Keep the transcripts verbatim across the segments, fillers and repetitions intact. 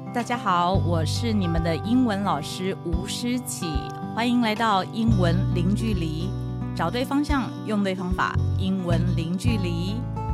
大家好，我是你们的英文老师吴诗启，欢迎来到英文零距离，找对方向，用对方法，英文零距离。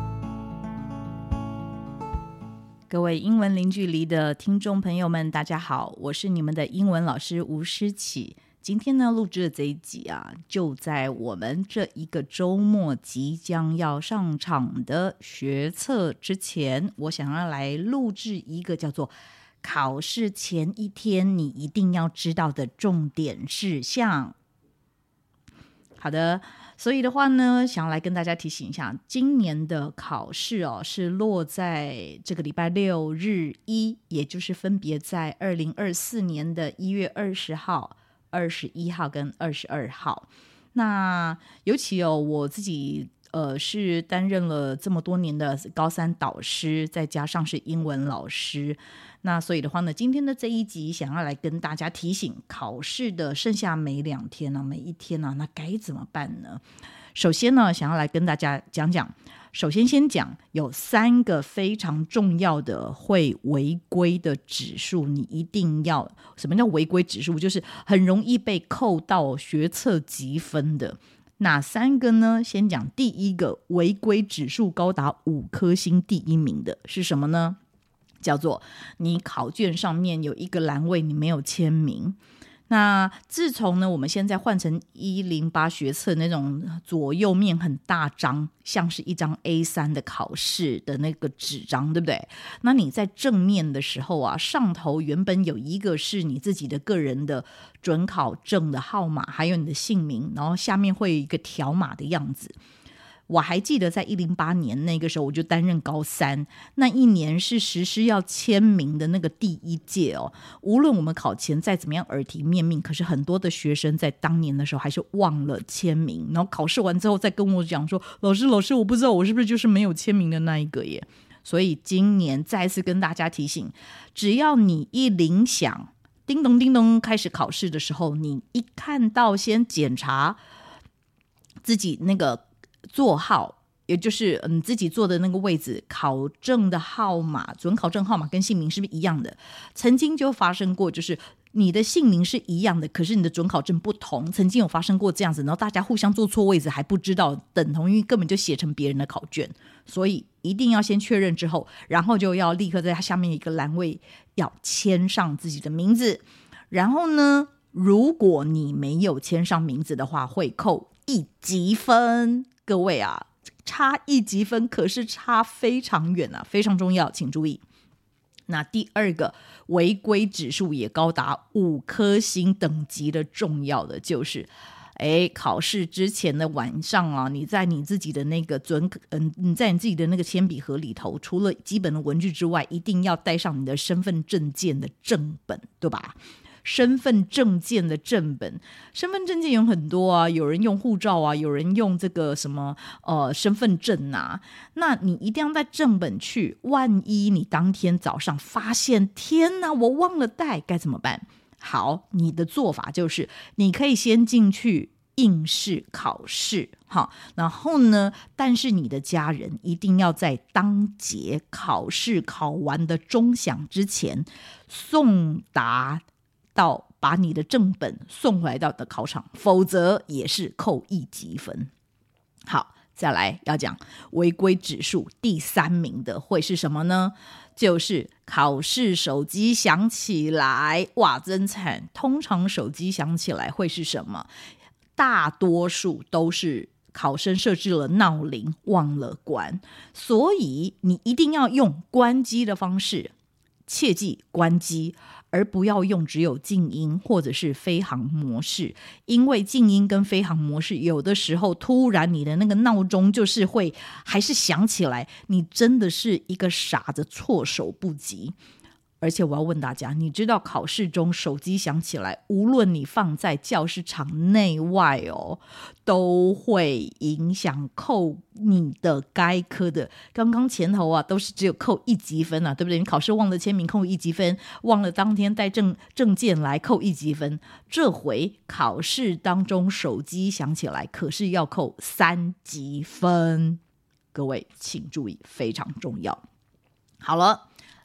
各位英文零距离的听众朋友们，大家好，我是你们的英文老师吴诗启。今天呢，录制的这一集啊，就在我们这一个周末即将要上场的学测之前，我想要来录制一个叫做考试前一天你一定要知道的重点事项。好的，所以的话呢，想要来跟大家提醒一下，今年的考试哦是落在这个礼拜六日一，也就是分别在二零二四年的一月二十号、二十一号跟二十二号。那尤其哦，我自己呃是担任了这么多年的高三导师，再加上是英文老师。那所以的话呢，今天的这一集想要来跟大家提醒，考试的剩下没两天呢、啊，每一天呢、啊，那该怎么办呢？首先呢，想要来跟大家讲讲，首先先讲有三个非常重要的会违规的指数，你一定要，什么叫违规指数？就是很容易被扣到学测积分的。哪三个呢？先讲第一个，违规指数高达五颗星第一名的是什么呢？叫做你考卷上面有一个栏位你没有签名。那自从呢我们现在换成一零八学测那种左右面很大张，像是一张 A 三 的考试的那个纸张，对不对？那你在正面的时候啊，上头原本有一个是你自己的个人的准考证的号码，还有你的姓名，然后下面会有一个条码的样子。我还记得在一零八年那个时候，我就担任高三，那一年是实施要签名的那个第一届哦。无论我们考前再怎么样耳提面命，可是很多的学生在当年的时候还是忘了签名，然后考试完之后再跟我讲说，老师老师我不知道我是不是就是没有签名的那一个耶。所以今年再次跟大家提醒，只要你一铃响，叮咚叮咚开始考试的时候，你一看到先检查自己那个座号，也就是你自己坐的那个位置，考证的号码，准考证号码跟姓名是不是一样的？曾经就发生过，就是你的姓名是一样的，可是你的准考证不同，曾经有发生过这样子，然后大家互相坐错位置还不知道，等同于根本就写成别人的考卷。所以一定要先确认之后，然后就要立刻在它下面一个栏位要签上自己的名字。然后呢，如果你没有签上名字的话，会扣一级分。各位啊，差一级分可是差非常远啊，非常重要，请注意。那第二个违规指数也高达五颗星等级的重要的就是哎，考试之前的晚上啊，你在你自己的那个准嗯，你在你自己的那个铅笔盒里头，除了基本的文具之外，一定要带上你的身份证件的正本，对吧？身份证件的正本，身份证件有很多啊，有人用护照啊，有人用这个什么呃身份证啊，那你一定要带正本去，万一你当天早上发现天哪我忘了带该怎么办？好，你的做法就是你可以先进去应试考试，好，然后呢，但是你的家人一定要在当节考试考完的钟响之前送达到，把你的正本送回来到的考场，否则也是扣一级分。好，再来要讲违规指数第三名的会是什么呢？就是考试手机响起来，哇，真惨！通常手机响起来会是什么？大多数都是考生设置了闹铃忘了关，所以你一定要用关机的方式，切记关机，而不要用只有静音或者是飞行模式，因为静音跟飞行模式有的时候突然你的那个闹钟就是会还是响起来，你真的是一个傻子措手不及。而且我要问大家，你知道考试中手机响起来，无论你放在教室场内外哦，都会影响扣你的该科的。刚刚前头啊都是只有扣一级分啊，对不对？你考试忘了签名扣一级分，忘了当天带证证件来扣一级分，这回考试当中手机响起来可是要扣三级分，各位请注意，非常重要。好了，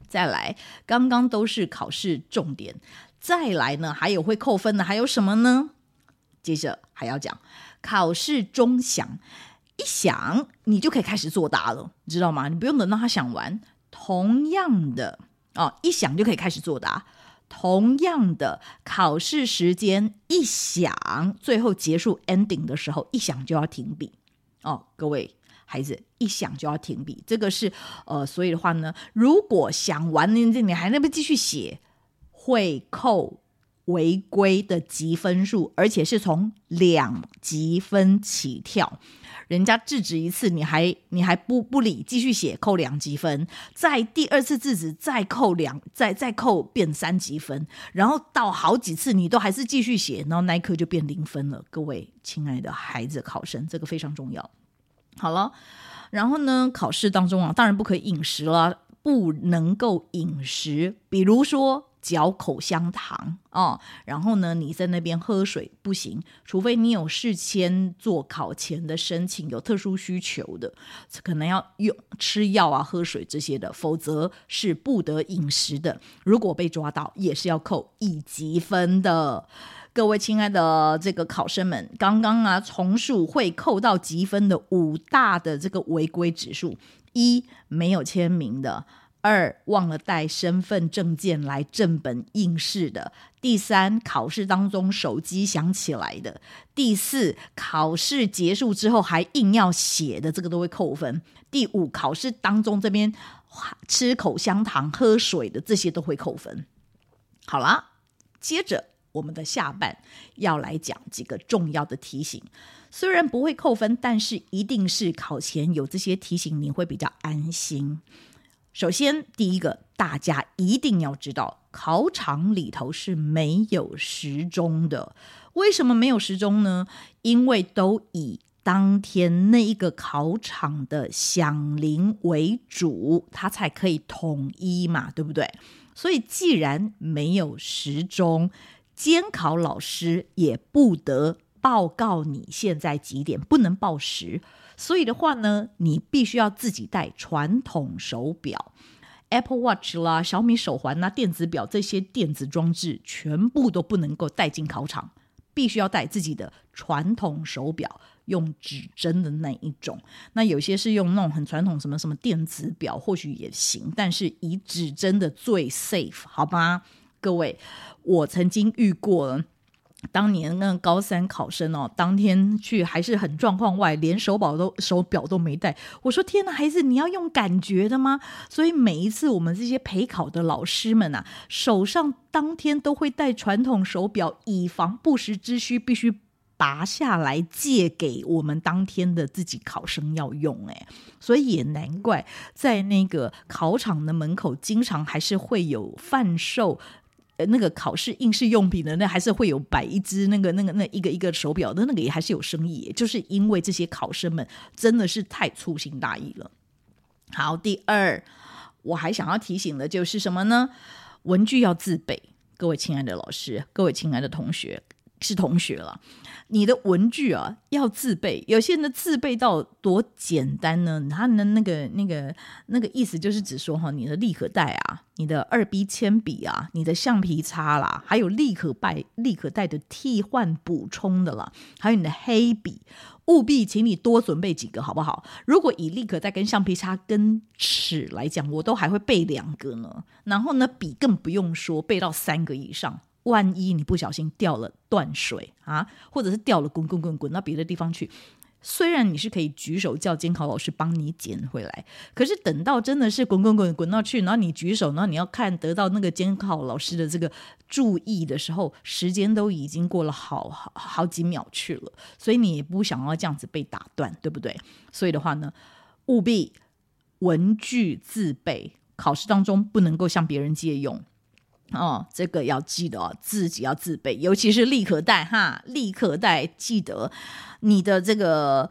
再来，刚刚都是考试重点，再来呢还有会扣分的还有什么呢？接着还要讲考试钟响，一响你就可以开始作答了，你知道吗？你不用等到他响完。同样的、哦、一响就可以开始作答，同样的考试时间一响，最后结束 ending 的时候一响就要停笔哦，各位孩子，一响就要停笔，这个是呃，所以的话呢，如果想完你你还那边继续写，会扣违规的积分数，而且是从两积分起跳。人家制止一次，你还你还不不理，继续写，扣两积分；再第二次制止，再扣两，再再扣变三积分，然后到好几次你都还是继续写，然后那一科就变零分了。各位亲爱的孩子，考生，这个非常重要。好了，然后呢，考试当中啊，当然不可以饮食了，不能够饮食，比如说嚼口香糖哦，然后呢，你在那边喝水不行，除非你有事先做考前的申请，有特殊需求的，可能要用吃药啊、喝水这些的，否则是不得饮食的。如果被抓到，也是要扣一积分的。各位亲爱的这个考生们，刚刚啊重述会扣到积分的五大的这个违规指数：一、没有签名的；二、忘了带身份证件来正本应试的；第三，考试当中手机响起来的；第四，考试结束之后还硬要写的，这个都会扣分；第五，考试当中这边吃口香糖、喝水的，这些都会扣分。好啦，接着我们的下半要来讲几个重要的提醒，虽然不会扣分，但是一定是考前有这些提醒你会比较安心。首先第一个，大家一定要知道考场里头是没有时钟的。为什么没有时钟呢？因为都以当天那一个考场的响铃为主，它才可以统一嘛，对不对？所以既然没有时钟，监考老师也不得报告你现在几点，不能报时。所以的话呢，你必须要自己带传统手表， Apple Watch 啦、小米手环啦、电子表，这些电子装置全部都不能够带进考场，必须要带自己的传统手表，用指针的那一种。那有些是用那种很传统什么什么电子表，或许也行，但是以指针的最 safe， 好吗？各位，我曾经遇过了，当年那个高三考生哦，当天去还是很状况外，连手表都手表都没带。我说天哪，孩子，你要用感觉的吗？所以每一次我们这些陪考的老师们啊，手上当天都会带传统手表，以防不时之需，必须拔下来借给我们当天的自己考生要用。哎，所以也难怪在那个考场的门口经常还是会有贩售那个考试应试用品的，那还是会有摆一只那个那个那一个一个手表的，那个也还是有生意，就是因为这些考生们真的是太粗心大意了。好，第二，我还想要提醒的就是什么呢？文具要自备。各位亲爱的老师，各位亲爱的同学，是同学了，你的文具啊要自备。有些人的自备到多简单呢？他的那个那个那个意思就是指说哈，你的立可带啊，你的二 B 铅笔啊，你的橡皮擦啦，还有立可带立可带的替换补充的啦，还有你的黑笔，务必请你多准备几个好不好？如果以立可带跟橡皮擦跟尺来讲，我都还会备两个呢。然后呢，笔更不用说，备到三个以上。万一你不小心掉了断水啊，或者是掉了滚滚滚滚到别的地方去，虽然你是可以举手叫监考老师帮你捡回来，可是等到真的是滚滚滚滚到去，然后你举手，然后你要看得到那个监考老师的这个注意的时候，时间都已经过了好好好几秒去了，所以你也不想要这样子被打断，对不对？所以的话呢，务必文具自备，考试当中不能够向别人借用哦，这个要记得哦，自己要自备，尤其是立可带哈，立可带记得你的这个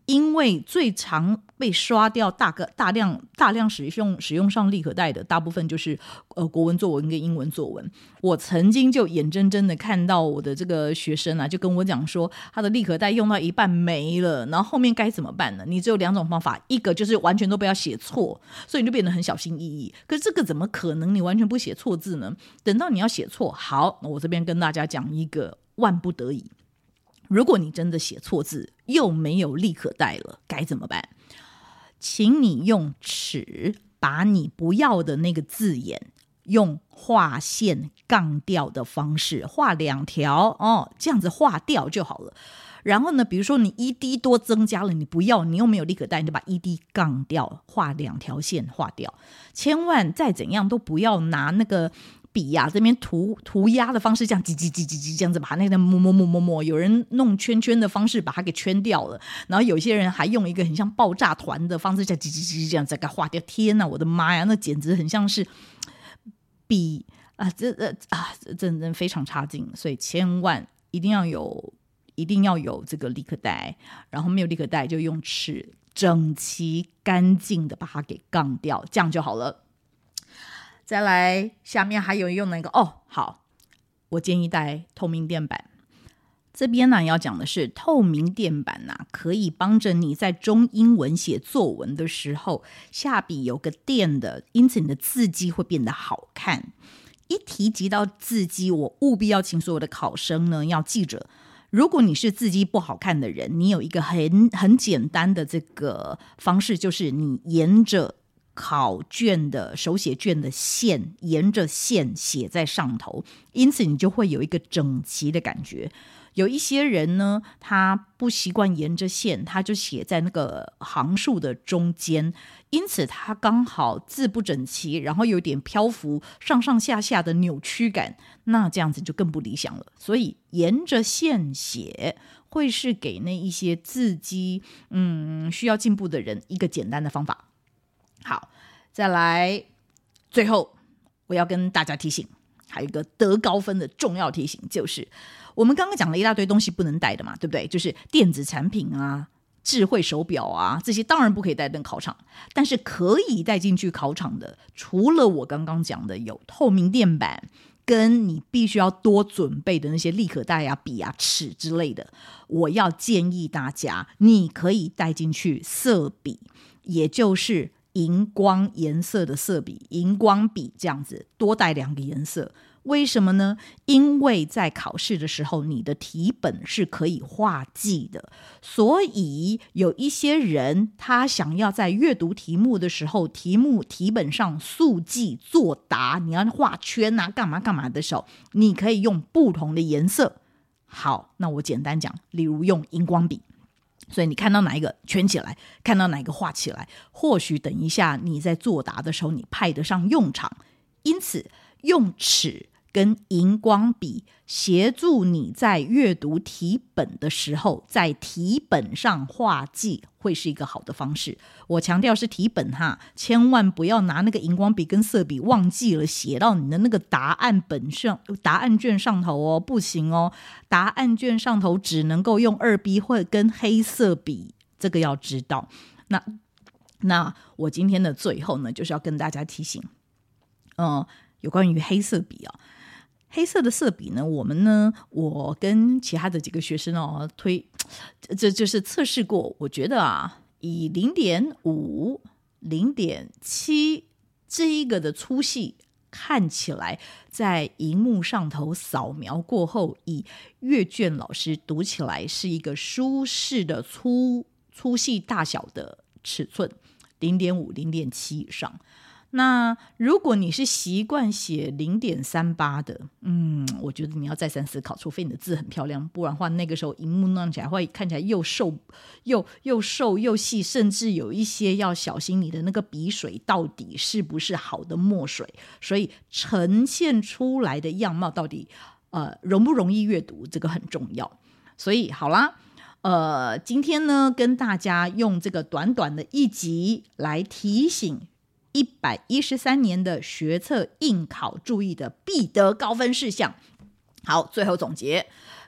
因为最常被刷掉大个大量大量使用使用上立可带的大部分就是呃国文作文跟英文作文。我曾经就眼睁睁的看到我的这个学生啊，就跟我讲说他的立可带用到一半没了，然后后面该怎么办呢？你只有两种方法，一个就是完全都不要写错，所以你就变得很小心翼翼。可是这个怎么可能你完全不写错字呢？等到你要写错，好，我这边跟大家讲一个万不得已，如果你真的写错字又没有立可带了，该怎么办？请你用尺把你不要的那个字眼用画线杠掉的方式画两条哦，这样子画掉就好了。然后呢，比如说你 E D 多增加了，你不要，你又没有立可带，你就把 E D 杠掉，画两条线画掉。千万再怎样都不要拿那个笔呀、啊，这边涂涂鸦的方式，这样叽叽叽叽叽这样子把那个抹抹抹抹抹，有人弄圈圈的方式把它给圈掉了，然后有些人还用一个很像爆炸团的方式，这样叽叽叽这样再给它画掉。天哪，我的妈呀，那简直很像是笔啊，这这啊，真真非常差劲，所以千万一定要有。一定要有这个立可带，然后没有立可带就用尺整齐干净的把它给杠掉，这样就好了。再来下面还有用那个哦，好，我建议带透明垫板。这边呢要讲的是透明垫板啊，可以帮着你在中英文写作文的时候下笔有个垫的，因此你的字迹会变得好看。一提及到字迹，我务必要请所有的考生呢要记着，如果你是字迹不好看的人，你有一个很很简单的这个方式，就是你沿着考卷的手写卷的线，沿着线写在上头，因此你就会有一个整齐的感觉。有一些人呢，他不习惯沿着线，他就写在那个行数的中间，因此他刚好字不整齐，然后有点漂浮，上上下下的扭曲感，那这样子就更不理想了。所以沿着线写会是给那一些字迹嗯需要进步的人一个简单的方法。好，再来，最后我要跟大家提醒，还有一个得高分的重要提醒，就是我们刚刚讲了一大堆东西不能带的嘛，对不对？就是电子产品啊、智慧手表啊，这些当然不可以带进考场，但是可以带进去考场的，除了我刚刚讲的有透明垫板，跟你必须要多准备的那些立可带啊、笔啊、尺之类的，我要建议大家，你可以带进去色笔，也就是荧光颜色的色笔，荧光笔这样子，多带两个颜色。为什么呢？因为在考试的时候，你的题本是可以画记的，所以有一些人他想要在阅读题目的时候，题目题本上速记作答，你要画圈啊，干嘛干嘛的时候，你可以用不同的颜色。好，那我简单讲，例如用荧光笔，所以你看到哪一个圈起来，看到哪一个画起来，或许等一下你在作答的时候你派得上用场。因此用尺跟荧光笔协助你在阅读题本的时候，在题本上画记会是一个好的方式。我强调是题本哈，千万不要拿那个荧光笔跟色笔忘记了写到你的那个答案本上、答案卷上头哦，不行哦。答案卷上头只能够用二 B 或跟黑色笔，这个要知道。那那我今天的最后呢，就是要跟大家提醒，嗯、呃，有关于黑色笔啊。黑色的色笔呢，我们呢，我跟其他的几个学生哦推，这就是测试过，我觉得啊，以 零点五、零点七 这一个的粗细看起来，在荧幕上头扫描过后，以阅卷老师读起来是一个舒适的粗粗细大小的尺寸， 零点五、零点七 以上。那如果你是习惯写 零点三八 的，嗯，我觉得你要再三思考，除非你的字很漂亮，不然的话那个时候荧幕弄起来会看起来又瘦又又瘦又细，甚至有一些要小心你的那个笔水到底是不是好的墨水，所以呈现出来的样貌到底呃容不容易阅读，这个很重要。所以好啦，呃，今天呢跟大家用这个短短的一集来提醒一百一十三年的学测应考注意的必得高分事项。好，最后总结，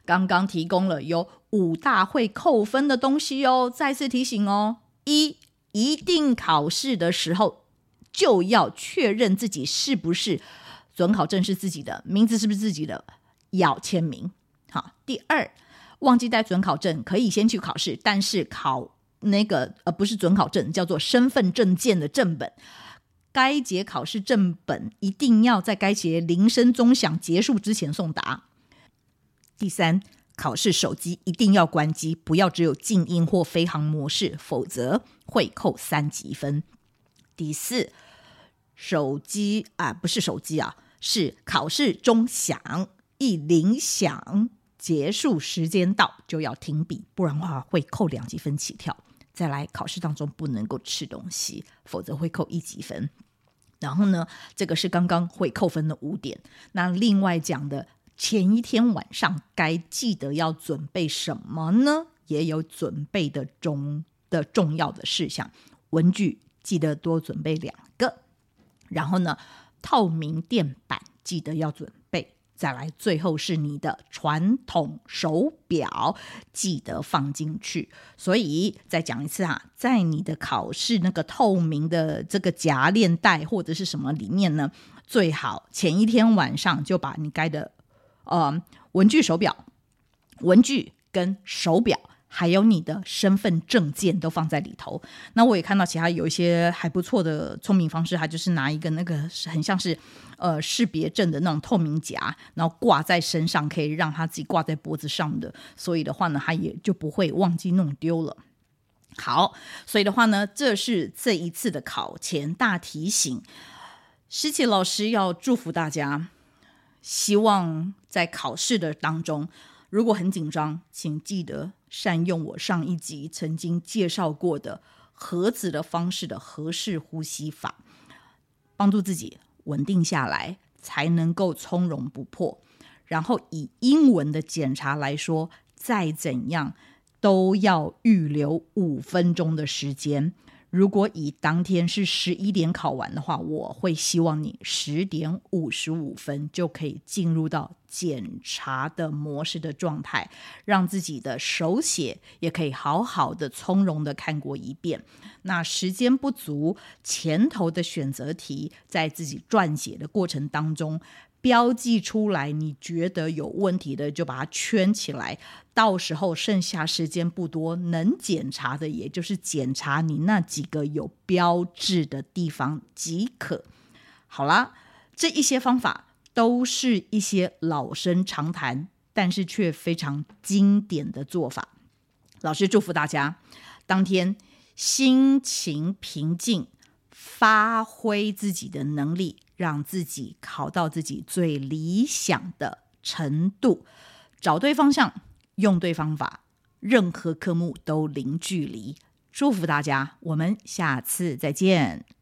刚刚提供了有五大会扣分的东西哦，再次提醒哦：一，一定考试的时候就要确认自己是不是准考证是自己的，名字是不是自己的，要签名。好，第二，忘记带准考证可以先去考试，但是考那个呃不是准考证，叫做身份证件的正本，该节考试正本一定要在该节铃声钟响结束之前送达。第三，考试手机一定要关机，不要只有静音或飞行模式，否则会扣三级分。第四，手机啊不是手机啊，是考试钟响，一铃响结束时间到就要停笔，不然的话会扣两级分起跳。再来，考试当中不能够吃东西，否则会扣一级分。然后呢，这个是刚刚会扣分的五点。那另外讲的前一天晚上该记得要准备什么呢？也有准备的中的重要的事项，文具记得多准备两个，然后呢，透明垫板记得要准备，再来最后是你的传统手表记得放进去。所以再讲一次啊，在你的考试那个透明的这个夹链袋或者是什么里面呢，最好前一天晚上就把你该的呃文具手表文具跟手表还有你的身份证件都放在里头。那我也看到其他有一些还不错的聪明方式，他就是拿一个那个很像是呃识别证的那种透明夹，然后挂在身上，可以让他自己挂在脖子上的，所以的话呢他也就不会忘记弄丢了。好，所以的话呢，这是这一次的考前大提醒。诗琪老师要祝福大家，希望在考试的当中，如果很紧张，请记得善用我上一集曾经介绍过的盒子的方式的合适呼吸法，帮助自己稳定下来，才能够从容不迫。然后以英文的检查来说，再怎样都要预留五分钟的时间。如果以当天是十一点考完的话，我会希望你十点五十五分就可以进入到检查的模式的状态，让自己的手写也可以好好的从容的看过一遍。那时间不足，前头的选择题在自己撰写的过程当中标记出来，你觉得有问题的就把它圈起来，到时候剩下时间不多，能检查的也就是检查你那几个有标志的地方即可。好啦，这一些方法都是一些老生常谈，但是却非常经典的做法。老师祝福大家当天心情平静，发挥自己的能力，让自己考到自己最理想的程度，找对方向，用对方法，任何科目都零距离。祝福大家，我们下次再见。